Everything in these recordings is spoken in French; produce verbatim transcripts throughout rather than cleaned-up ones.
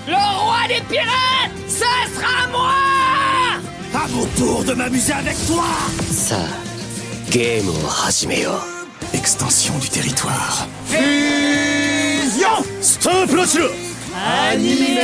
Le roi des pirates, ça sera moi! À mon tour de m'amuser avec toi! Ça, game au hajime yo. Extension du territoire. Fusion! Stop là, tu Animé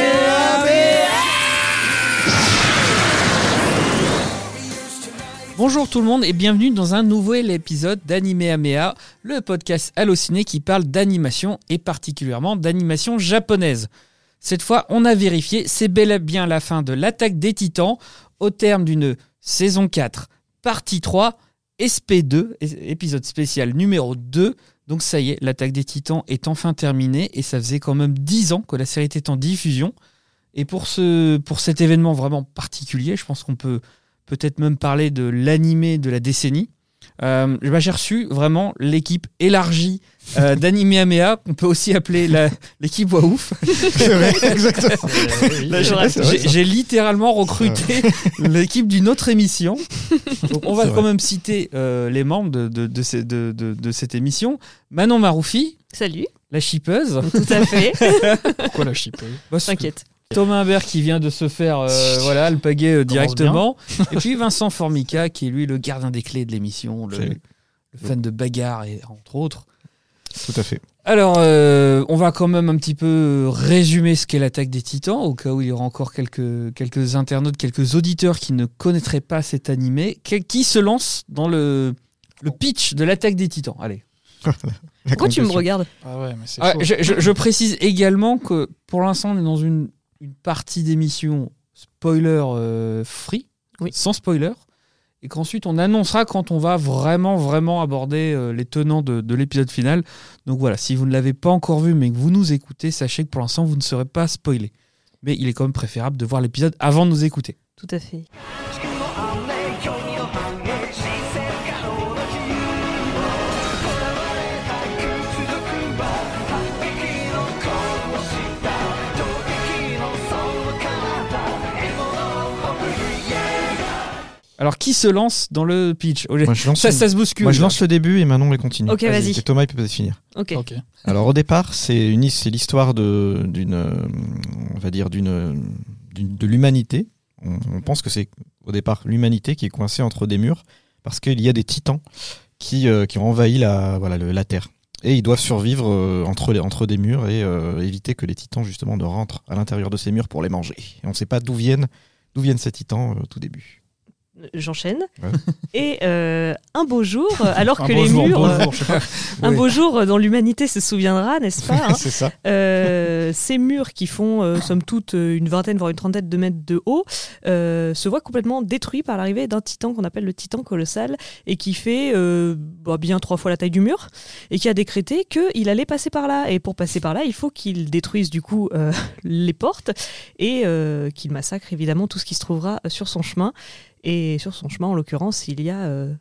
Bonjour tout le monde et bienvenue dans un nouvel épisode d'Anime Amea, le podcast Allociné qui parle d'animation et particulièrement d'animation japonaise. Cette fois, on a vérifié, c'est bel et bien la fin de l'Attaque des Titans au terme d'une saison quatre, partie trois, S P deux, épisode spécial numéro deux. Donc ça y est, l'Attaque des Titans est enfin terminée et ça faisait quand même dix ans que la série était en diffusion. Et pour, ce, pour cet événement vraiment particulier, je pense qu'on peut peut-être même parler de l'animé de la décennie. Euh, bah, j'ai reçu vraiment l'équipe élargie euh, d'Anime Amea, qu'on peut aussi appeler la, l'équipe Waouf. C'est vrai, exactement. Là, j'ai, vrai, j'ai, j'ai littéralement recruté l'équipe d'une autre émission. Donc, on va C'est quand vrai. même citer euh, les membres de, de, de, ces- de, de, de cette émission. Manon Maroufi, Salut, la chipeuse. tout à fait. Pourquoi la chipeuse? Bah, c'est- T'inquiète. Thomas Imbert qui vient de se faire euh, voilà, alpaguer euh, directement. Et puis Vincent Formica qui est lui le gardien des clés de l'émission, le, Salut. le fan de bagarre et entre autres. Tout à fait. Alors, euh, on va quand même un petit peu résumer ce qu'est l'Attaque des Titans, au cas où il y aura encore quelques, quelques internautes, quelques auditeurs qui ne connaîtraient pas cet animé. Quel- Qui se lance dans le, le pitch de l'Attaque des Titans? Allez. La Pourquoi tu me confession. regardes? Ah ouais, mais c'est Ah, chaud. je, je- je précise également que pour l'instant, on est dans une, une partie d'émission spoiler euh, free, Oui. sans spoiler, et qu'ensuite on annoncera quand on va vraiment, vraiment aborder euh, les tenants de, de l'épisode final. Donc voilà, si vous ne l'avez pas encore vu, mais que vous nous écoutez, sachez que pour l'instant, vous ne serez pas spoilé. Mais il est quand même préférable de voir l'épisode avant de nous écouter. Tout à fait. Alors, qui se lance dans le pitch? Moi, je lance, ça, ça se bouscule. moi, je lance le début et Manon les continue. Ok, vas-y. Et Thomas, il peut peut-être finir. Ok. Ok. Alors, au départ, c'est, une, c'est l'histoire de, d'une, euh, on va dire, d'une, d'une- de l'humanité. On, on pense que c'est, au départ, l'humanité qui est coincée entre des murs parce qu'il y a des titans qui, euh, qui ont envahi la, voilà, le- la Terre. Et ils doivent survivre euh, entre, les, entre des murs et euh, éviter que les titans, justement, ne rentrent à l'intérieur de ces murs pour les manger. Et on ne sait pas d'où viennent, d'où viennent ces titans euh, au tout début. J'enchaîne. Ouais. Et euh, un beau jour, alors Un que beau les jour, murs, beau euh, jour, je sais pas. un Oui. beau jour euh, dont l'humanité se souviendra, n'est-ce pas hein, C'est ça. euh, Ces murs qui font, euh, somme toute, euh, une vingtaine, voire une trentaine de mètres de haut, euh, se voient complètement détruits par l'arrivée d'un titan qu'on appelle le titan colossal et qui fait euh, bah, bien trois fois la taille du mur et qui a décrété qu'il allait passer par là. Et pour passer par là, il faut qu'il détruise du coup euh, les portes et euh, qu'il massacre évidemment tout ce qui se trouvera sur son chemin. Et sur son chemin, en l'occurrence, il y a euh,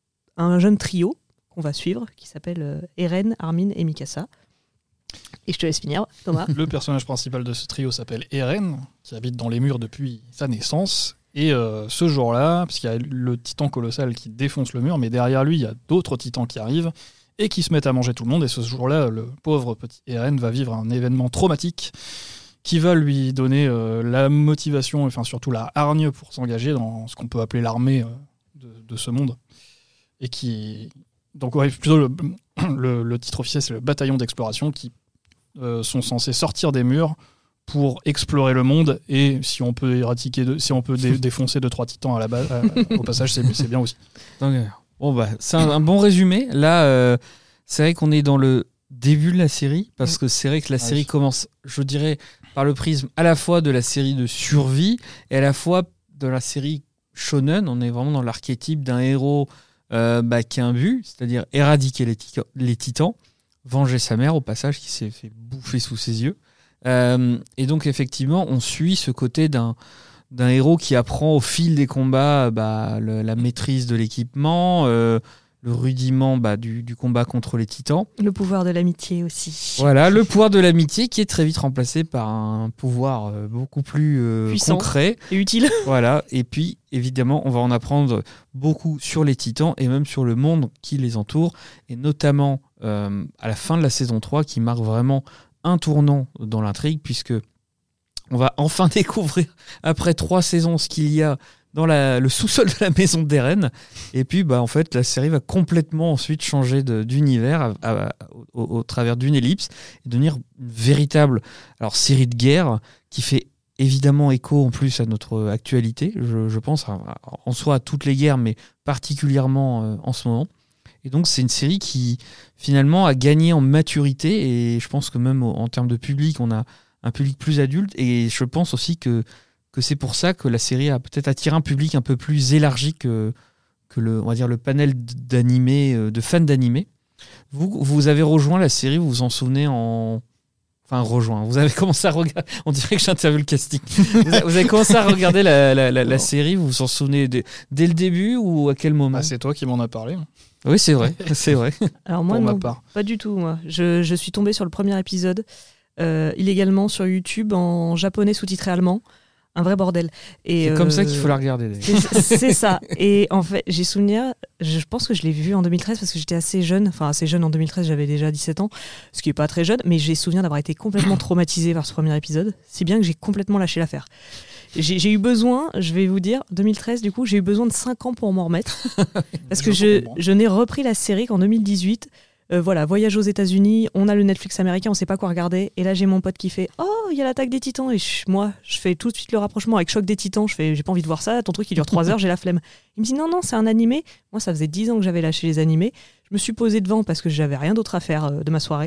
un jeune trio qu'on va suivre qui s'appelle euh, Eren, Armin et Mikasa. Et je te laisse finir, Thomas. Le personnage principal de ce trio s'appelle Eren, qui habite dans les murs depuis sa naissance. Et euh, ce jour-là, parce qu'il y a le titan colossal qui défonce le mur, mais derrière lui, il y a d'autres titans qui arrivent et qui se mettent à manger tout le monde. Et ce jour-là, le pauvre petit Eren va vivre un événement traumatique qui va lui donner euh, la motivation, enfin surtout la hargne pour s'engager dans ce qu'on peut appeler l'armée euh, de, de ce monde. Et qui... Donc ouais, plutôt le, le, le titre officiel, c'est le bataillon d'exploration qui euh, sont censés sortir des murs pour explorer le monde, et si on peut éradiquer, de, si on peut dé- défoncer deux trois titans à la base, euh, au passage, c'est, c'est bien aussi. Donc, euh, bon, bah, c'est un, un bon résumé. Là, euh, c'est vrai qu'on est dans le début de la série, parce que c'est vrai que la Ah série oui. commence, je dirais, par le prisme à la fois de la série de survie et à la fois de la série shonen. On est vraiment dans l'archétype d'un héros euh, bah, qui a un but, c'est-à-dire éradiquer les, tika- les titans, venger sa mère au passage qui s'est fait bouffer sous ses yeux. Euh, et donc effectivement, on suit ce côté d'un d'un héros qui apprend au fil des combats bah, le- la maîtrise de l'équipement, euh, le rudiment bah, du, du combat contre les titans. Le pouvoir de l'amitié aussi. Voilà, le pouvoir de l'amitié qui est très vite remplacé par un pouvoir euh, beaucoup plus euh, Puissant. concret. Et utile. Voilà, et puis évidemment, on va en apprendre beaucoup sur les titans et même sur le monde qui les entoure, et notamment euh, à la fin de la saison trois qui marque vraiment un tournant dans l'intrigue, puisque On va enfin découvrir, après trois saisons, ce qu'il y a dans la, le sous-sol de la maison d'Eren. Et puis, bah, en fait, la série va complètement ensuite changer de, d'univers à, à, au, au travers d'une ellipse et devenir une véritable alors, série de guerre qui fait évidemment écho en plus à notre actualité, je, je pense, à, à, en soi à toutes les guerres, mais particulièrement euh, en ce moment. Et donc, c'est une série qui, finalement, a gagné en maturité. Et je pense que même en termes de public, on a un public plus adulte. Et je pense aussi que, que c'est pour ça que la série a peut-être attiré un public un peu plus élargi que, que le, on va dire, le panel d'animés, de fans d'animés. Vous, vous avez rejoint la série, vous vous en souvenez en... Enfin, rejoint. Vous avez commencé à regarder... On dirait que j'interviewe le casting. Vous avez, vous avez commencé à regarder la, la, la, la série, vous vous en souvenez dès, dès le début ou à quel moment? Ah, c'est toi qui m'en as parlé. Oui, c'est vrai. c'est vrai. Alors moi, Pour ma non, part. pas du tout. Moi. Je, je suis tombée sur le premier épisode euh, illégalement sur YouTube en japonais sous-titré allemand. Un vrai bordel. Et c'est euh, comme ça qu'il faut la regarder. C'est, c'est ça. Et en fait, j'ai souvenir, je pense que je l'ai vu en deux mille treize parce que j'étais assez jeune. Enfin, assez jeune en deux mille treize, j'avais déjà dix-sept ans, ce qui n'est pas très jeune, mais j'ai souvenir d'avoir été complètement traumatisée par ce premier épisode, si bien que j'ai complètement lâché l'affaire. J'ai, j'ai eu besoin, je vais vous dire, deux mille treize, du coup, j'ai eu besoin de cinq ans pour m'en remettre. Parce que je, je n'ai repris la série qu'en deux mille dix-huit. Euh, voilà, voyage aux États-Unis, on a le Netflix américain, on sait pas quoi regarder. Et là, j'ai mon pote qui fait oh, il y a l'attaque des Titans. Et je, moi, je fais tout de suite le rapprochement avec Choc des Titans. Je fais j'ai pas envie de voir ça. Ton truc, il dure trois heures, j'ai la flemme. Il me dit non, non, c'est un animé. Moi, ça faisait dix ans que j'avais lâché les animés. Je me suis posée devant parce que j'avais rien d'autre à faire euh, de ma soirée.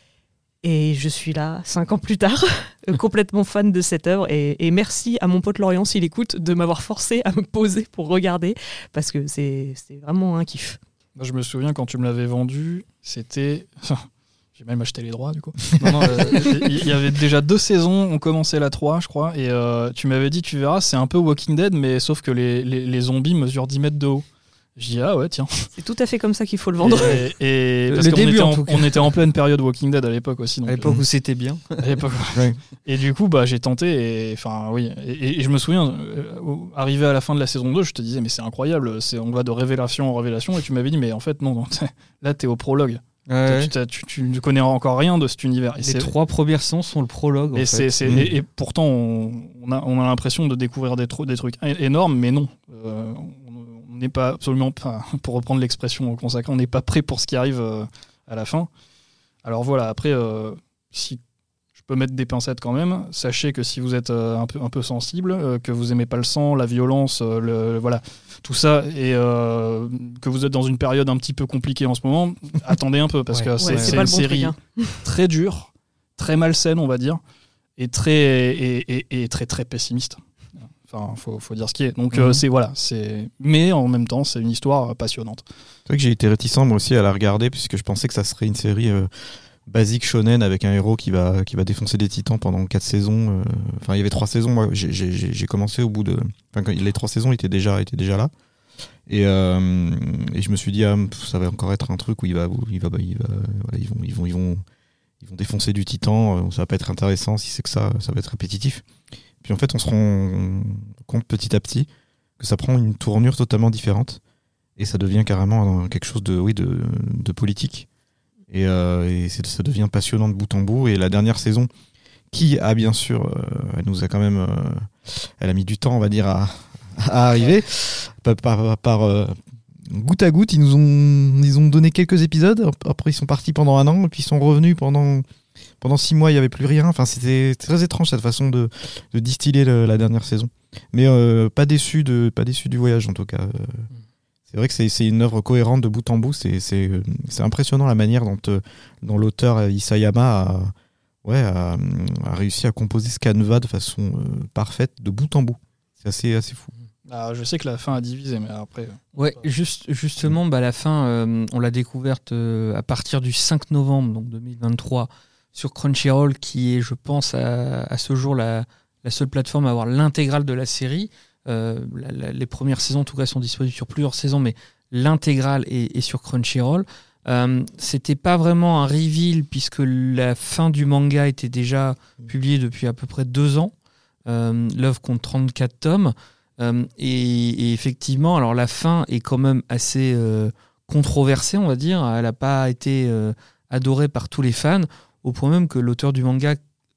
Et je suis là, cinq ans plus tard, complètement fan de cette œuvre. Et, et merci à mon pote Lorient, s'il écoute, de m'avoir forcé à me poser pour regarder. Parce que c'est, c'est vraiment un kiff. Moi, je me souviens quand tu me l'avais vendu, c'était. J'ai même acheté les droits, du coup. Non, non, euh, il y avait déjà deux saisons, on commençait la trois, je crois, et euh, tu m'avais dit, tu verras, c'est un peu Walking Dead, mais sauf que les, les, les zombies mesurent dix mètres de haut. Je dis, ah ouais, tiens. C'est tout à fait comme ça qu'il faut le vendre. Et, et parce le qu'on début, était en en, tout cas. on était en pleine période Walking Dead à l'époque aussi. Donc, À l'époque euh, où c'était bien. à l'époque, Ouais. Et du coup, bah, j'ai tenté, et enfin, oui. Et, et je me souviens, euh, au- arrivé à la fin de la saison deux, je te disais, mais c'est incroyable, c'est, on va de révélation en révélation, et tu m'avais dit, mais en fait, non, non là, t'es au prologue. Ouais. Tu, t'as- tu, tu ne connais encore rien de cet univers. Et Les c'est, trois premières saisons sont le prologue. en et, fait. c'est, c'est- Mm. et, et pourtant, on, on a, on a l'impression de découvrir des, tru- des trucs é- énormes, mais non. Euh, on on n'est pas absolument pas, pour reprendre l'expression consacrée, on n'est pas prêt pour ce qui arrive euh, à la fin. Alors voilà, après, euh, si je peux mettre des pincettes quand même, sachez que si vous êtes euh, un, peu, un peu sensible, euh, que vous aimez pas le sang, la violence, euh, le, voilà, tout ça, et euh, que vous êtes dans une période un petit peu compliquée en ce moment, attendez un peu, parce Ouais. que Ouais, c'est, c'est c'est pas une le bon série truc, hein. très dure, très malsaine, on va dire, et très, et, et- et très, très pessimiste. Enfin, faut, faut dire ce qui est. Donc, euh, Mhm. c'est voilà, c'est. Mais en même temps, c'est une histoire euh, passionnante. C'est vrai que j'ai été réticent moi aussi à la regarder puisque je pensais que ça serait une série euh, basique shonen avec un héros qui va, qui va défoncer des titans pendant quatre saisons. euh. Enfin, il y avait trois saisons. Moi, j'ai, j'ai, j'ai commencé au bout de. Enfin, quand les trois saisons étaient déjà, étaient déjà là. Et, euh, et je me suis dit, ah, pff, ça va encore être un truc où il va, où il va, bah, il va, voilà, ils vont, ils vont, ils vont, ils vont défoncer du titan. euh, Ça va pas être intéressant. Si c'est que ça, ça va être répétitif. Puis en fait, on se rend compte petit à petit que ça prend une tournure totalement différente et ça devient carrément quelque chose de, oui, de, de politique. Et, euh, et c'est- ça devient passionnant de bout en bout. Et la dernière saison, qui a bien sûr, euh, elle nous a quand même, euh, elle a mis du temps, on va dire, à, à arriver. Par, par, par, euh, goutte à goutte, ils nous ont, ils ont donné quelques épisodes. Après, ils sont partis pendant un an, et puis ils sont revenus pendant. Pendant six mois, il n'y avait plus rien. Enfin, c'était très étrange cette façon de, de distiller le- la dernière saison. Mais euh, pas déçu de, pas déçu du voyage en tout cas. Euh, c'est vrai que c'est, c'est une œuvre cohérente de bout en bout. C'est, c'est, euh, c'est impressionnant la manière dont, euh, dont l'auteur euh, Isayama a, ouais, a, a réussi à composer ce canevas de façon euh, parfaite de bout en bout. C'est assez, assez fou. Ah, je sais que la fin a divisé, mais après. Ouais, juste, justement, bah, la fin, euh, on l'a découverte euh, à partir du cinq novembre donc deux mille vingt-trois sur Crunchyroll, qui est, je pense, à, à ce jour la, la seule plateforme à avoir l'intégrale de la série. Euh, la- la- les premières saisons, en tout cas, sont disponibles sur plusieurs saisons, mais l'intégrale est, est sur Crunchyroll. Euh, c'était pas vraiment un reveal, puisque la fin du manga était déjà publiée depuis à peu près deux ans. Euh, L'œuvre compte trente-quatre tomes. Euh, et, et effectivement, alors la fin est quand même assez euh, controversée, on va dire. Elle n'a pas été euh, adorée par tous les fans, au point même que l'auteur du manga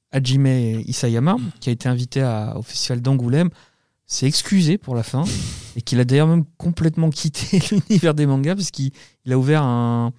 Hajime Isayama, qui a été invité à, au festival d'Angoulême, s'est excusé pour la fin et qu'il a d'ailleurs même complètement quitté l'univers des mangas parce qu'il il a ouvert un,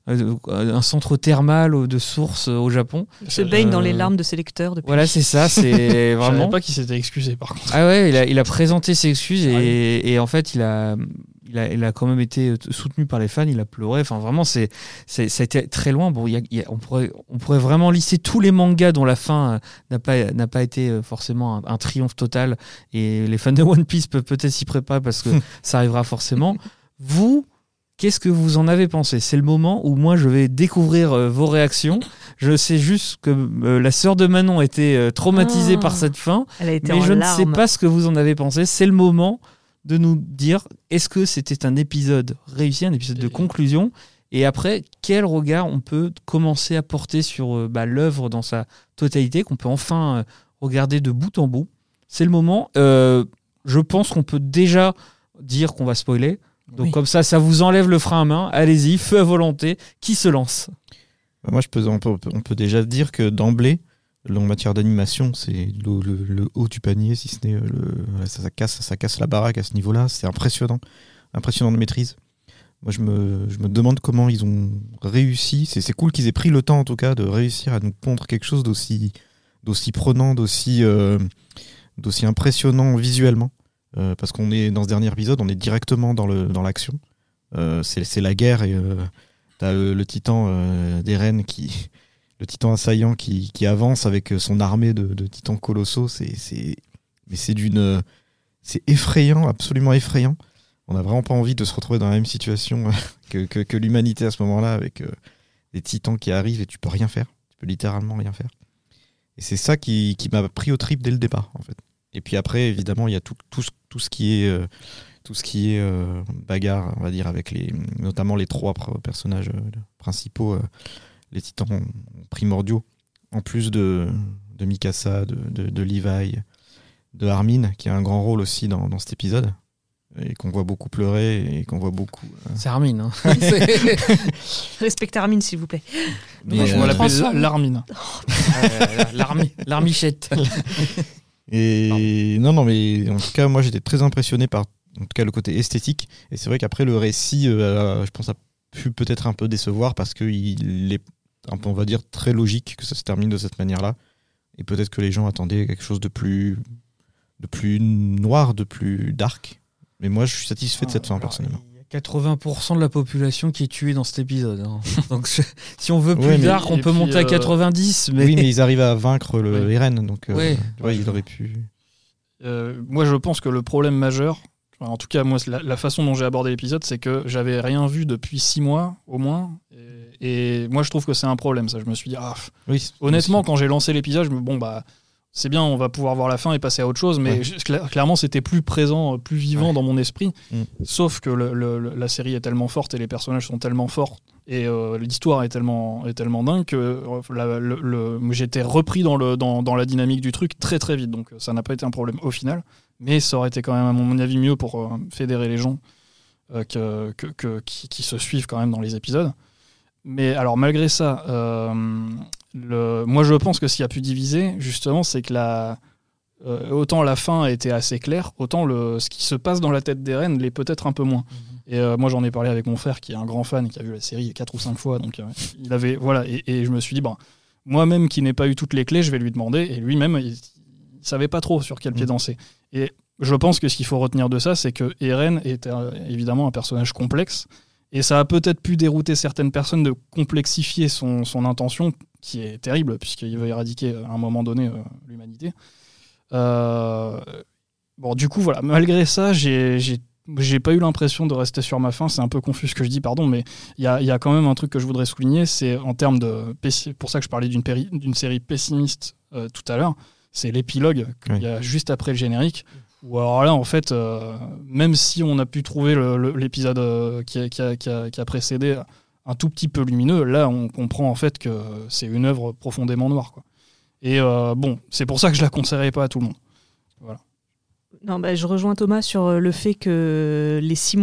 un centre thermal de sources au Japon. Il se baigne Euh, dans les larmes de ses lecteurs depuis. Voilà, c'est ça, c'est Je vraiment. savais pas qu'il s'était excusé par contre. Ah ouais, il a, il a présenté ses excuses et, et en fait, il a, il, a, il a quand même été soutenu par les fans, il a pleuré. Enfin, vraiment, c'est, c'est, ça a été très loin. Bon, il y a, il y a, on, pourrait, on pourrait vraiment lister tous les mangas dont la fin euh, n'a pas, n'a pas été euh, forcément un, un triomphe total. Et les fans de One Piece peuvent peut-être s'y préparer parce que ça arrivera forcément. Vous, qu'est-ce que vous en avez pensé ? C'est le moment où moi, je vais découvrir euh, vos réactions. Je sais juste que euh, la sœur de Manon était euh, traumatisée Ah. par cette fin. Elle a été Mais en je ne larmes. sais pas ce que vous en avez pensé. C'est le moment de nous dire est-ce que c'était un épisode réussi, un épisode de Et- conclusion, et après, quel regard on peut commencer à porter sur euh, bah, l'œuvre dans sa totalité, qu'on peut enfin euh, regarder de bout en bout. C'est le moment. Euh, je pense qu'on peut déjà dire qu'on va spoiler. Donc Oui. comme ça, ça vous enlève le frein à main. Allez-y, feu à volonté. Qui se lance ? Moi, je peux, on, peut, on peut déjà dire que d'emblée, en matière d'animation, c'est le, le, le haut du panier, si ce n'est le, voilà, ça, ça casse, ça casse la baraque à ce niveau-là. C'est impressionnant, impressionnant de maîtrise. Moi, je me, je me demande comment ils ont réussi. C'est, c'est cool qu'ils aient pris le temps, en tout cas, de réussir à nous pondre quelque chose d'aussi, d'aussi prenant, d'aussi, euh, d'aussi impressionnant visuellement. Euh, parce qu'on est dans ce dernier épisode, on est directement dans, le, dans l'action. Euh, c'est, c'est la guerre et euh, t'as le, le titan euh, d'Eren qui, le titan assaillant qui, qui avance avec son armée de, de titans colossaux. C'est, c'est, mais c'est d'une, c'est effrayant, absolument effrayant. On n'a vraiment pas envie de se retrouver dans la même situation que, que, que l'humanité à ce moment-là, avec euh, des titans qui arrivent et tu peux rien faire. Tu peux littéralement rien faire. Et c'est ça qui, qui m'a pris au trip dès le départ, en fait. Et puis après, évidemment, il y a tout, tout, tout ce qui est, euh, tout ce qui est euh, bagarre, on va dire, avec les, notamment les trois pr- personnages euh, principaux, euh, les titans primordiaux, en plus de, de Mikasa, de, de, de Levi, de Armin, qui a un grand rôle aussi dans, dans cet épisode, et qu'on voit beaucoup pleurer, et qu'on voit beaucoup... euh, C'est Armin. Hein. C'est- Respectez Armin, s'il vous plaît. mais, Moi, je vais euh, l'appeler transforme. l'Armine. Euh, l'armi, l'armichette. Et non, non, mais en tout cas, moi j'étais très impressionné par en tout cas le côté esthétique. Et c'est vrai qu'après le récit, euh, je pense, a pu peut-être un peu décevoir parce qu'il est, un peu, on va dire, très logique que ça se termine de cette manière-là. Et peut-être que les gens attendaient quelque chose de plus, de plus noir, de plus dark. Mais moi, je suis satisfait de cette fin, personnellement. Il y a quatre-vingts pour cent de la population qui est tuée dans cet épisode. hein. Donc je- si on veut plus Ouais, mais- dark, on et peut puis, monter à euh, quatre-vingt-dix. Mais... Oui, mais ils arrivent à vaincre le Oui. Eren, donc euh, Ouais. tu vois, il aurait pu. Euh, moi, je pense que le problème majeur, enfin, en tout cas, moi, la, la façon dont j'ai abordé l'épisode, c'est que j'avais rien vu depuis six mois au moins. Et, et moi, je trouve que c'est un problème. Ça, je me suis dit, ah, Oui, honnêtement, quand j'ai lancé l'épisode, je me bon bah. C'est bien, on va pouvoir voir la fin et passer à autre chose, mais Ouais. je- cla- clairement, c'était plus présent, plus vivant Ouais. dans mon esprit. Mm. Sauf que le- le- le- la série est tellement forte et les personnages sont tellement forts et euh, l'histoire est tellement, est tellement dingue que euh, la- le- le- j'étais repris dans, le, dans, dans la dynamique du truc très très vite. Donc ça n'a pas été un problème au final, mais ça aurait été quand même, à mon avis, mieux pour euh, fédérer les gens euh, que, que, que- qui, qui se suivent quand même dans les épisodes. Mais alors, malgré ça, euh, le, moi je pense que ce qui a pu diviser, justement, c'est que la, euh, autant la fin a été assez claire, autant le, ce qui se passe dans la tête d'Eren l'est peut-être un peu moins. Et euh, moi j'en ai parlé avec mon frère qui est un grand fan, qui a vu la série quatre ou cinq fois, donc euh, il avait, voilà, et, et je me suis dit, bon, moi-même qui n'ai pas eu toutes les clés, je vais lui demander, et lui-même, il, il savait pas trop sur quel pied Mhm. danser. Et je pense que ce qu'il faut retenir de ça, c'est que Eren est euh, évidemment un personnage complexe, et ça a peut-être pu dérouter certaines personnes de complexifier son, son intention, qui est terrible, puisqu'il veut éradiquer à un moment donné euh, l'humanité. Euh, bon, du coup, voilà, malgré ça, j'ai, j'ai, j'ai pas eu l'impression de rester sur ma faim. C'est un peu confus ce que je dis, pardon, mais il y a, y a quand même un truc que je voudrais souligner, c'est en termes de... pessi- Pour ça que je parlais d'une, péri- d'une série pessimiste euh, tout à l'heure, c'est l'épilogue qu'il y a juste après le générique. Ou alors là, en fait, euh, même si on a pu trouver le, le- l'épisode euh, qui, a, qui, a, qui, a, qui a précédé un tout petit peu lumineux, là, on comprend en fait que c'est une œuvre profondément noire, quoi. Et euh, bon, c'est pour ça que je la conseillerais pas à tout le monde. Non, bah, je rejoins Thomas sur le fait que les six mois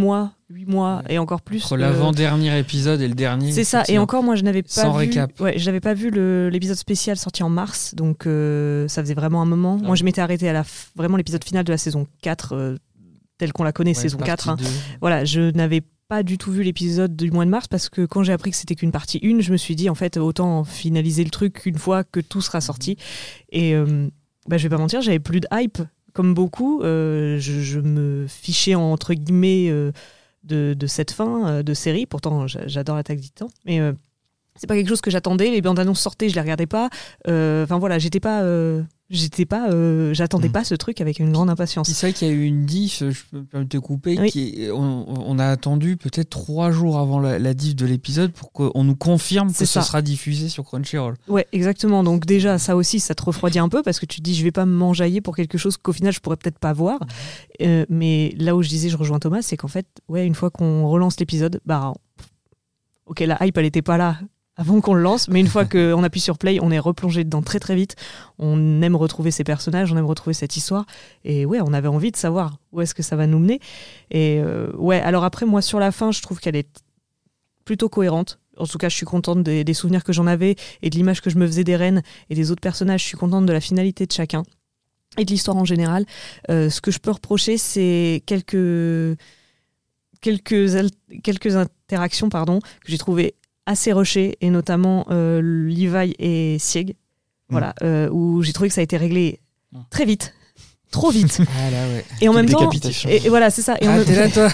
huit mois Ouais. et encore plus. Entre euh, l'avant-dernier épisode et le dernier. C'est ça, et effectivement. encore moi je n'avais pas Sans vu, récap. ouais, je n'avais pas vu le- l'épisode spécial sorti en mars, donc euh, ça faisait vraiment un moment. Ah Moi je m'étais arrêtée à la f- vraiment l'épisode final de la saison quatre, euh, tel qu'on la connaît, Ouais, saison partie quatre. hein. deux. Voilà, je n'avais pas du tout vu l'épisode du mois de mars parce que quand j'ai appris que c'était qu'une partie une, je me suis dit en fait autant finaliser le truc une fois que tout sera sorti. Et euh, bah, je vais pas mentir, j'avais plus de hype comme beaucoup. Euh, je, je me fichais entre guillemets euh, de, de cette fin euh, de série. Pourtant, j'a- j'adore l'Attaque des Titans, mais euh, c'est pas quelque chose que j'attendais. Les bandes annonces sortaient, je les regardais pas. Euh, Enfin voilà, j'étais pas, euh, j'étais pas, euh, j'attendais Mm. pas ce truc avec une grande impatience. C'est vrai qu'il y a eu une diff, je peux me permettre de te couper, Oui. qui est- on, on a attendu peut-être trois jours avant la, la diff de l'épisode pour qu'on nous confirme que C'est ce ça. sera diffusé sur Crunchyroll. Ouais, exactement. Donc déjà, ça aussi, ça te refroidit un peu parce que tu te dis, je vais pas m'enjailler pour quelque chose qu'au final, je pourrais peut-être pas voir. Euh, mais là où je disais, je rejoins Thomas, c'est qu'en fait, ouais, une fois qu'on relance l'épisode, bah, ok, la hype, elle était pas là avant qu'on le lance, mais une fois qu'on appuie sur play, on est replongé dedans très très vite. On aime retrouver ces personnages, on aime retrouver cette histoire. Et ouais, on avait envie de savoir où est-ce que ça va nous mener. Et euh, ouais, alors après, moi, sur la fin, je trouve qu'elle est plutôt cohérente. En tout cas, je suis contente des, des souvenirs que j'en avais et de l'image que je me faisais des reines et des autres personnages. Je suis contente de la finalité de chacun et de l'histoire en général. Euh, ce que je peux reprocher, c'est quelques, quelques, al- quelques interactions pardon, que j'ai trouvées assez rushées, et notamment euh, Levi et Sieg, voilà, euh, où j'ai trouvé que ça a été réglé très vite, trop vite. Ah là ouais. Et en même temps, Décapitation. et, et voilà, c'est ça. Et en Ah, même- t'es là toi.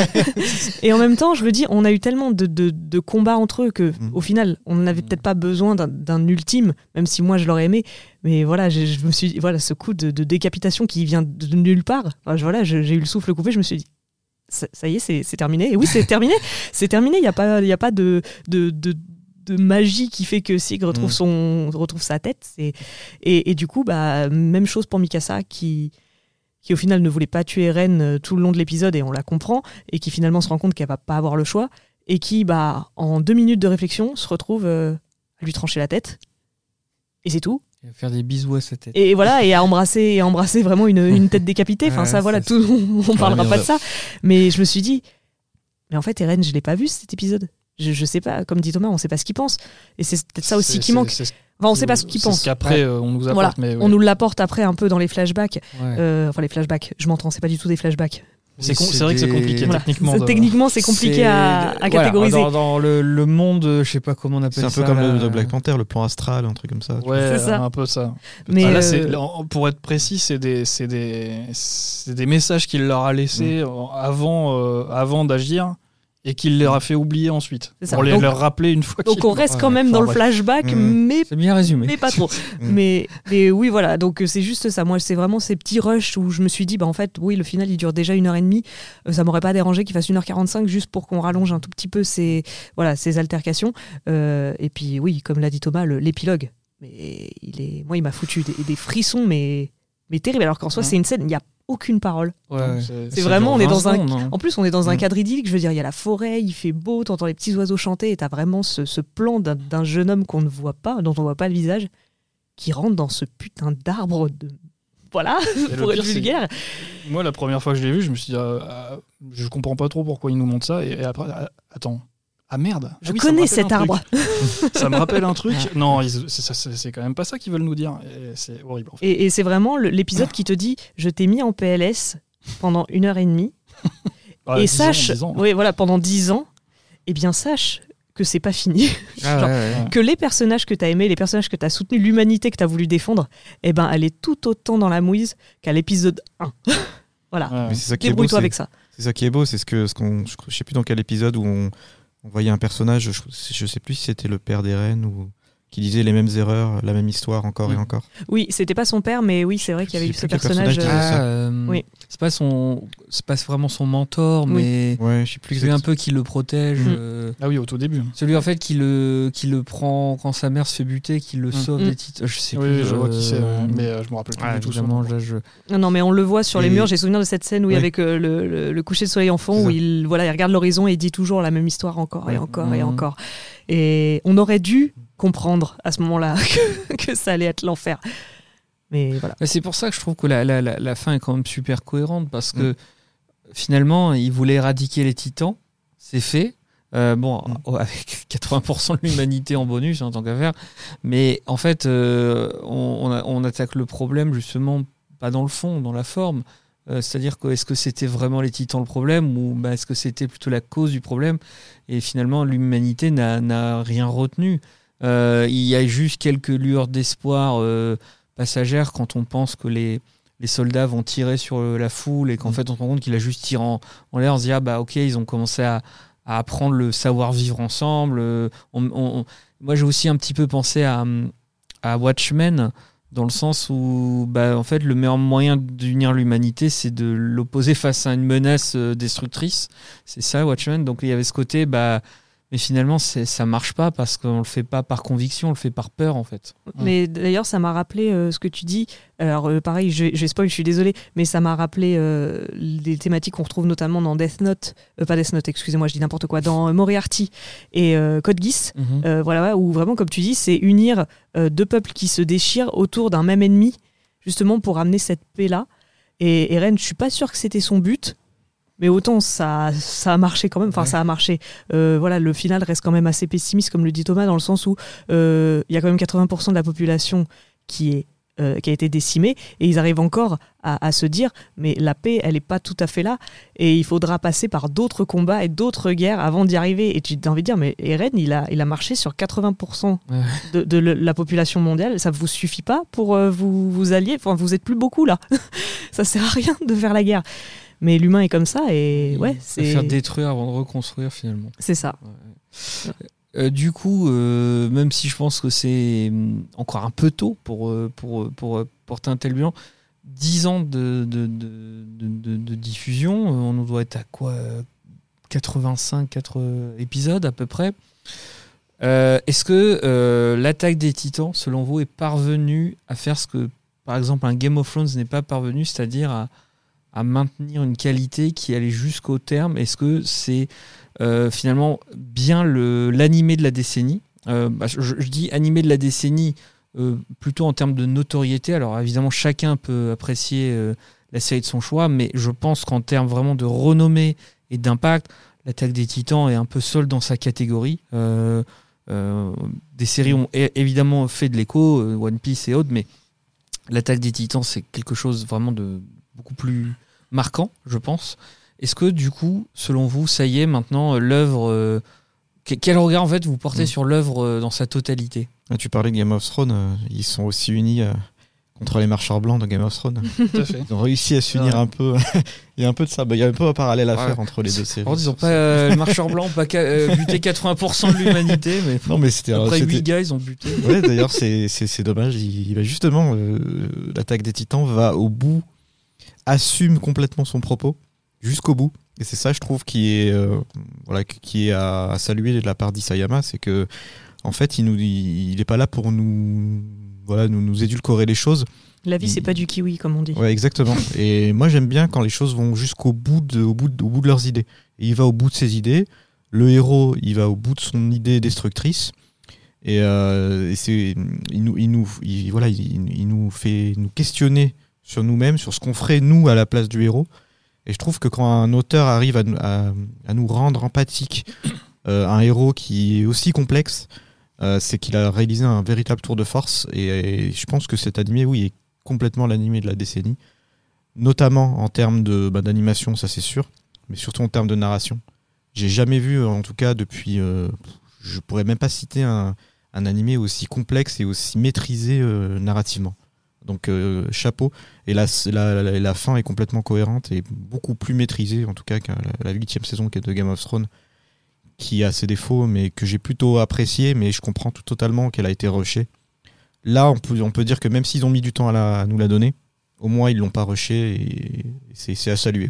et en même temps, je me dis, on a eu tellement de, de, de combats entre eux que, Mm. au final, on n'avait peut-être pas besoin d'un- d'un ultime, même si moi je l'aurais aimé. Mais voilà, je, je me suis dit, voilà, ce coup de, de décapitation qui vient de nulle part. Enfin, je- voilà, je- j'ai eu le souffle coupé, je me suis dit, ça, ça y est, c'est c'est terminé. Et oui, c'est terminé. C'est terminé. Il n'y a pas, il y a pas de, de, de, de magie qui fait que Sig retrouve, Mm. son, retrouve sa tête. C'est- Et, et du coup, bah, même chose pour Mikasa qui qui au final ne voulait pas tuer Ren euh, tout le long de l'épisode, et on la comprend, et qui finalement se rend compte qu'elle va pas avoir le choix, et qui, bah, en deux minutes de réflexion, se retrouve euh, à lui trancher la tête. Et c'est tout. Il va faire des bisous à sa tête. Et voilà, et à embrasser, et à embrasser vraiment une, une tête décapitée. Enfin, Ouais, ça, voilà, c'est- tout, on parlera mais pas on de ça. Mais je me suis dit, mais en fait, Eren, je l'ai pas vu cet épisode. Je, je sais pas, comme dit Thomas, on sait pas ce qu'il pense. Et c'est peut-être ça aussi C'est- qui c'est- manque. c'est- Enfin, on sait pas ce qu'il c'est pense. ce qu'après, euh, on nous apporte. Voilà, mais, ouais. on nous l'apporte après un peu dans les flashbacks. Ouais. Euh, enfin, les flashbacks, je m'entends, c'est pas du tout des flashbacks. C'est Oui, con- c'est vrai que c'est des- compliqué Voilà. techniquement. C'est- de- Techniquement, c'est compliqué C'est- à, à voilà, catégoriser. dans, dans le, le monde, euh, je sais pas comment on appelle C'est ça. un peu comme là. le de Black Panther, le plan astral, un truc comme ça. Ouais, C'est ça. un peu ça. Mais Ah, là, euh, c'est- là, en- pour être précis, c'est des, c'est des, c'est des messages qu'il leur a laissés Mm. euh, avant, euh, avant d'agir, et qu'il leur a fait oublier ensuite. C'est ça. Pour les Donc- leur rappeler une fois donc qu'ils- on reste quand Ouais, même enfin, dans le bref. flashback, Mm. mais C'est bien résumé. mais pas trop. mais, mais oui, voilà. Donc euh, c'est juste ça. Moi, c'est vraiment ces petits rushs où je me suis dit, bah en fait, oui, le final, il dure déjà une heure et demie. Euh, ça m'aurait pas dérangé qu'il fasse une heure quarante-cinq juste pour qu'on rallonge un tout petit peu ces, voilà, ces altercations. Euh, et puis oui, comme l'a dit Thomas, le- l'épilogue. Mais il est, moi, il m'a foutu des, des frissons, mais mais terrible. Alors qu'en soi, Ouais. c'est une scène, il y a aucune parole. Ouais, Donc, ouais. c'est- C'est vraiment, on est dans un. vingt secondes, hein. En plus, on est dans un Mm. cadre idyllique. Je veux dire, il y a la forêt, il fait beau, t'entends les petits oiseaux chanter, et t'as vraiment ce, ce plan d'un, d'un jeune homme qu'on ne voit pas, dont on voit pas le visage, qui rentre dans ce putain d'arbre de. Voilà, Et le pour être pire, c'est- vulgaire. Moi, la première fois que je l'ai vu, je me suis dit, ah, ah, je comprends pas trop pourquoi ils nous montrent ça. Et, et après, ah, attends. Ah merde. Je Ah oui, ça me connais rappelle cet un truc. arbre. Ça me rappelle un truc. Non, ils- c'est, c'est- c'est- c'est quand même pas ça qu'ils veulent nous dire. Et c'est horrible. En fait. Et, et c'est vraiment le- l'épisode qui te dit je t'ai mis en P L S pendant une heure et demie, Ah, et dix ans, sache, dix ans. oui, voilà, pendant dix ans, eh bien, sache que c'est pas fini. Ah, Genre, ouais, ouais. que les personnages que tu as aimés, les personnages que tu as soutenus, l'humanité que tu as voulu défendre, eh ben, elle est tout autant dans la mouise qu'à l'épisode un. Voilà. Ouais. Mais c'est ça qui est beau, Débrouille-toi c'est avec ça. c'est ça qui est beau, c'est ce que ce qu'on, je, je sais plus dans quel épisode où on, on voyait un personnage, je, je sais plus si c'était le père d'Eren ou qui disait les mêmes erreurs, la même histoire encore et Mm. encore. Oui, c'était pas son père, mais oui, c'est vrai qu'il y avait Je eu sais ce plus quel personnage. personnage euh, disait Ah, ça. euh, Oui. c'est pas son, c'est pas vraiment son mentor, Oui. mais Ouais, je sais plus celui un exactement. peu qui le protège. Mm. euh, Ah oui, au tout début. Celui en fait qui le, qui le prend quand sa mère se fait buter, qui le Mm. sauve Mm. des titres. Je sais Oui, plus. je vois qui c'est, euh, ouais, mais euh, je me rappelle plus ah, du tout. son évidemment, nom. là, je... Non, non, mais on le voit sur les Et- murs. J'ai souvenir de cette scène où il y Ouais. avec euh, le, le- le coucher de soleil en fond, C'est où ça. il, voilà, il regarde l'horizon et il dit toujours la même histoire encore et Ouais. encore et Mhm. encore. Et on aurait dû comprendre à ce moment-là que, que ça allait être l'enfer. Mais voilà. Bah, c'est pour ça que je trouve que la, la, la, la fin est quand même super cohérente parce que finalement, il voulait éradiquer les titans. C'est fait. Euh, bon, mmh. avec quatre-vingts pour cent de l'humanité en bonus, en tant qu'à faire. Mais en fait, euh, on, on, a, on attaque le problème, justement, pas dans le fond, dans la forme. Euh, c'est-à-dire que est-ce que c'était vraiment les titans le problème ou bah, est-ce que c'était plutôt la cause du problème? Et finalement, l'humanité n'a, n'a rien retenu. Euh, il y a juste quelques lueurs d'espoir euh, passagères quand on pense que les, les soldats vont tirer sur la foule et qu'en mmh. fait, on se rend compte qu'il a juste tiré en, en l'air. On se dit, ah bah ok, ils ont commencé à, à apprendre le savoir-vivre ensemble. Euh, on, on, moi, j'ai aussi un petit peu pensé à, à Watchmen, dans le sens où bah, en fait, le meilleur moyen d'unir l'humanité, c'est de l'opposer face à une menace destructrice. C'est ça, Watchmen. Donc il y avait ce côté, bah, mais finalement, c'est, ça marche pas parce qu'on le fait pas par conviction, on le fait par peur, en fait. Mais d'ailleurs, ça m'a rappelé euh, ce que tu dis. Alors euh, pareil, je, je spoil, je suis désolée, mais ça m'a rappelé euh, les thématiques qu'on retrouve notamment dans Death Note, euh, pas Death Note, excusez-moi, je dis n'importe quoi, dans euh, Moriarty et euh, Code Geass, mm-hmm. euh, voilà, où vraiment, comme tu dis, c'est unir euh, deux peuples qui se déchirent autour d'un même ennemi, justement pour amener cette paix-là. Et Eren, je suis pas sûre que c'était son but. Mais autant ça, ça a marché quand même, enfin ouais. ça a marché. Euh, voilà, le final reste quand même assez pessimiste, comme le dit Thomas, dans le sens où il euh, y a quand même quatre-vingts pour cent de la population qui, est, euh, qui a été décimée, et ils arrivent encore à, à se dire, mais la paix, elle n'est pas tout à fait là, et il faudra passer par d'autres combats et d'autres guerres avant d'y arriver. Et tu as envie de dire, mais Eren, il a, il a marché sur quatre-vingts pour cent ouais. de, de la population mondiale, ça ne vous suffit pas pour euh, vous, vous allier, enfin, vous n'êtes plus beaucoup là, ça ne sert à rien de faire la guerre. Mais l'humain est comme ça et ouais, c'est faire détruire avant de reconstruire finalement. C'est ça. Ouais. Euh, du coup, euh, même si je pense que c'est encore un peu tôt pour pour pour porter un tel bilan, dix ans de de, de, de, de diffusion, on doit être à quoi, quatre-vingt-cinq quatre épisodes à peu près. Euh, est-ce que euh, l'attaque des Titans, selon vous, est parvenue à faire ce que, par exemple, un Game of Thrones n'est pas parvenu, c'est-à-dire à à maintenir une qualité qui allait jusqu'au terme? Est-ce que c'est euh, finalement bien le, l'animé de la décennie? euh, bah, je, je dis animé de la décennie euh, plutôt en termes de notoriété. Alors évidemment, chacun peut apprécier euh, la série de son choix, mais je pense qu'en termes vraiment de renommée et d'impact, l'Attaque des Titans est un peu seule dans sa catégorie. Euh, euh, des séries ont é- évidemment fait de l'écho, euh, One Piece et autres, mais l'Attaque des Titans, c'est quelque chose vraiment de beaucoup plus marquant, je pense. Est-ce que du coup, selon vous, ça y est, maintenant, l'œuvre... Euh, quel regard, en fait, vous portez mmh. sur l'œuvre euh, dans sa totalité? Ah, tu parlais de Game of Thrones, euh, ils sont aussi unis euh, contre les marcheurs blancs de Game of Thrones. Tout à fait. Ils ont réussi à s'unir ouais. un peu. Il y a un peu de ça. Bah, il y a un peu un parallèle à ouais. faire entre les deux séries. Alors, ils n'ont pas... Euh, les marcheurs blancs n'ont pas euh, buté quatre-vingts pour cent de l'humanité, mais, non, mais c'était, après c'était... huit gars, ils ont buté. Ouais, d'ailleurs, c'est, c'est, c'est dommage. Il, il va justement... Euh, l'attaque des Titans va au bout, assume complètement son propos, jusqu'au bout. Et c'est ça, je trouve, qui est, euh, voilà, qui est à, à saluer de la part d'Isayama, c'est que, en fait, il nous, il, il est pas là pour nous, voilà, nous, nous édulcorer les choses. La vie, il, c'est pas du kiwi, comme on dit. Ouais, exactement. Et moi, j'aime bien quand les choses vont jusqu'au bout de, au bout de, au bout de leurs idées. Et il va au bout de ses idées. Le héros, il va au bout de son idée destructrice. Et, euh, et c'est, il nous, il nous, il, voilà, il, il nous fait nous questionner sur nous-mêmes, sur ce qu'on ferait nous à la place du héros. Et je trouve que quand un auteur arrive à, à, à nous rendre empathique euh, un héros qui est aussi complexe, euh, c'est qu'il a réalisé un véritable tour de force. Et, et je pense que cet animé, oui, est complètement l'animé de la décennie, notamment en termes de, bah, d'animation, ça c'est sûr, mais surtout en termes de narration. J'ai jamais vu, en tout cas depuis, euh, je pourrais même pas citer un, un animé aussi complexe et aussi maîtrisé euh, narrativement. Donc euh, chapeau. Et la, la, la, la fin est complètement cohérente et beaucoup plus maîtrisée, en tout cas, que la huitième saison qui est de Game of Thrones, qui a ses défauts, mais que j'ai plutôt apprécié, mais je comprends tout totalement qu'elle a été rushée. Là, on peut, on peut dire que même s'ils ont mis du temps à, la, à nous la donner, au moins ils l'ont pas rushée et c'est, c'est à saluer.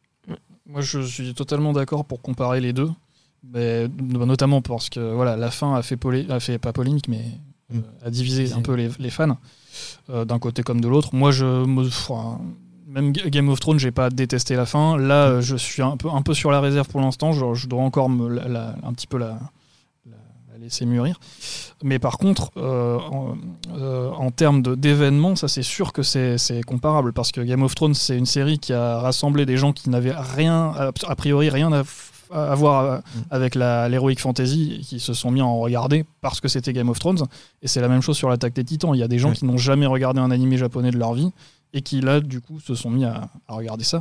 Moi, je suis totalement d'accord pour comparer les deux, mais, notamment parce que voilà, la fin a fait, polé- a fait pas polémique, mais euh, a divisé un peu les, les fans. Euh, d'un côté comme de l'autre. Moi, je me, enfin, même Game of Thrones, j'ai pas détesté la fin. Là, euh, je suis un peu, un peu sur la réserve pour l'instant. Je, je dois encore me, la, la, un petit peu la, la, la laisser mûrir. Mais par contre, euh, en, euh, en termes de, d'événements, ça c'est sûr que c'est, c'est comparable, parce que Game of Thrones, c'est une série qui a rassemblé des gens qui n'avaient rien, a, a priori rien à, à voir avec la, l'heroic fantasy, et qui se sont mis à en regarder parce que c'était Game of Thrones. Et c'est la même chose sur l'Attaque des Titans. Il y a des gens oui. qui n'ont jamais regardé un animé japonais de leur vie, et qui là, du coup, se sont mis à, à regarder ça.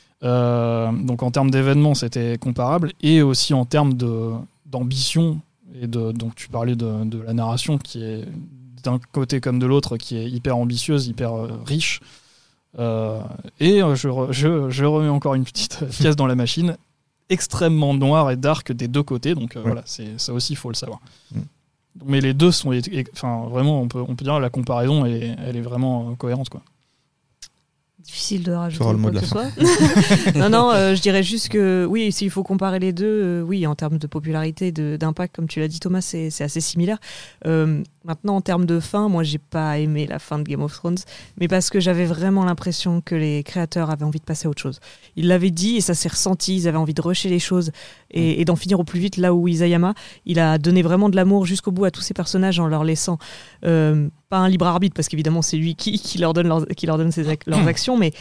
Euh, donc en termes d'événements, c'était comparable, et aussi en termes de, d'ambition, et de, donc tu parlais de, de la narration qui est d'un côté comme de l'autre, qui est hyper ambitieuse, hyper euh, riche. Euh, et euh, je, re, je, je remets encore une petite pièce dans la machine, extrêmement noire et dark des deux côtés, donc euh, ouais. voilà, c'est, ça aussi il faut le savoir. Mm. Mais les deux sont, enfin vraiment, on peut, on peut dire la comparaison, elle est, elle est vraiment cohérente, quoi. Difficile de rajouter quoi que ce soit. non, non, euh, je dirais juste que oui, s'il faut comparer les deux, euh, oui, en termes de popularité, de, d'impact, comme tu l'as dit Thomas, c'est, c'est assez similaire. Euh, maintenant, en termes de fin, moi, j'ai pas aimé la fin de Game of Thrones, mais parce que j'avais vraiment l'impression que les créateurs avaient envie de passer à autre chose. Ils l'avaient dit et ça s'est ressenti, ils avaient envie de rusher les choses et, et d'en finir au plus vite, là où Isayama, il a donné vraiment de l'amour jusqu'au bout à tous ces personnages en leur laissant... Euh, pas un libre arbitre, parce qu'évidemment c'est lui qui, qui leur donne, leurs, qui leur donne ses ac- leurs actions, mais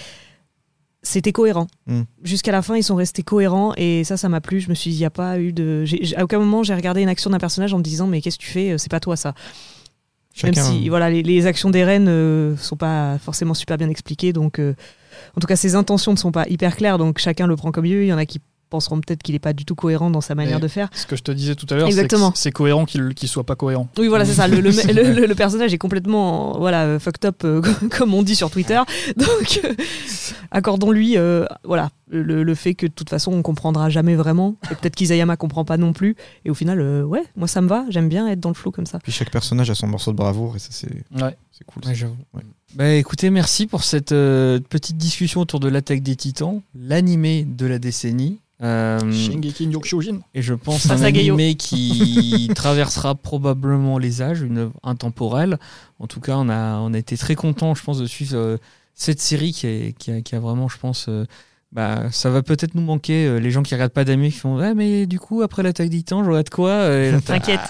c'était cohérent. Mm. Jusqu'à la fin, ils sont restés cohérents, et ça, ça m'a plu. Je me suis dit, il n'y a pas eu de... J'ai, à aucun moment, j'ai regardé une action d'un personnage en me disant, mais qu'est-ce que tu fais ? C'est pas toi, ça. Chacun... Même si voilà, les, les actions d'Eren ne euh, sont pas forcément super bien expliquées, donc euh, en tout cas, ses intentions ne sont pas hyper claires, donc chacun le prend comme il veut. Il y en a qui penseront peut-être qu'il n'est pas du tout cohérent dans sa manière et de faire. Ce que je te disais tout à l'heure, Exactement. c'est que c'est cohérent qu'il ne soit pas cohérent. Oui, voilà, c'est ça. Le, le, le, le, le personnage est complètement voilà, fucked up, euh, comme on dit sur Twitter. Donc, euh, accordons-lui euh, voilà, le, le fait que de toute façon, on ne comprendra jamais vraiment. Et peut-être qu'Isayama ne comprend pas non plus. Et au final, euh, ouais, moi ça me va. J'aime bien être dans le flow comme ça. Puis chaque personnage a son morceau de bravoure, et ça, c'est, ouais. c'est cool. Ouais, j'avoue. Ouais. Bah, écoutez, merci pour cette euh, petite discussion autour de l'Attaque des Titans, l'animé de la décennie. Euh, Shingeki no Kyojin. Et je pense un animé qui traversera probablement les âges, une œuvre intemporelle. En tout cas, on a, on a été très contents, je pense, de suivre euh, cette série qui, est, qui, a, qui a vraiment, je pense, euh, bah, ça va peut-être nous manquer. Euh, les gens qui regardent pas d'animé qui font, ah, mais du coup, après l'Attaque des Titans, je regarde quoi euh, T'inquiète.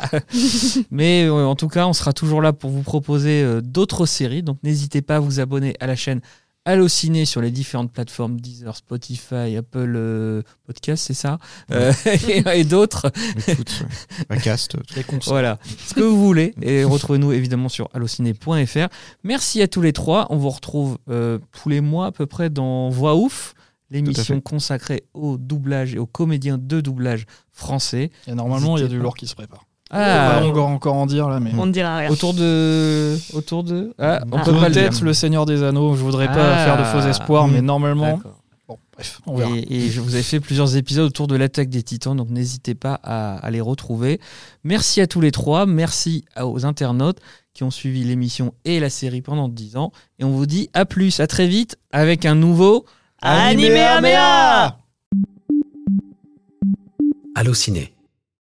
Mais euh, en tout cas, on sera toujours là pour vous proposer euh, d'autres séries. Donc, n'hésitez pas à vous abonner à la chaîne Allociné sur les différentes plateformes Deezer, Spotify, Apple euh, Podcast, c'est ça, ouais. euh, et, et d'autres. Écoute, Acast, voilà, ce que vous voulez. Et retrouvez-nous évidemment sur allociné point f r. Merci à tous les trois. On vous retrouve euh, tous les mois à peu près dans Voix Ouf, l'émission consacrée au doublage et aux comédiens de doublage français. Et normalement, il y a du lourd qui se prépare. Ah, on va encore, encore en dire là, mais on ne dira rien. Autour de, autour de, ah, on ah, peut pas peut-être le, le Seigneur des Anneaux. Je voudrais ah, pas faire de faux espoirs, mmh. mais normalement. D'accord. Bon, bref, on verra. Et, et je vous ai fait plusieurs épisodes autour de l'Attaque des Titans, donc n'hésitez pas à, à les retrouver. Merci à tous les trois, merci aux internautes qui ont suivi l'émission et la série pendant dix ans, et on vous dit à plus, à très vite avec un nouveau Animé Améa. Allociné.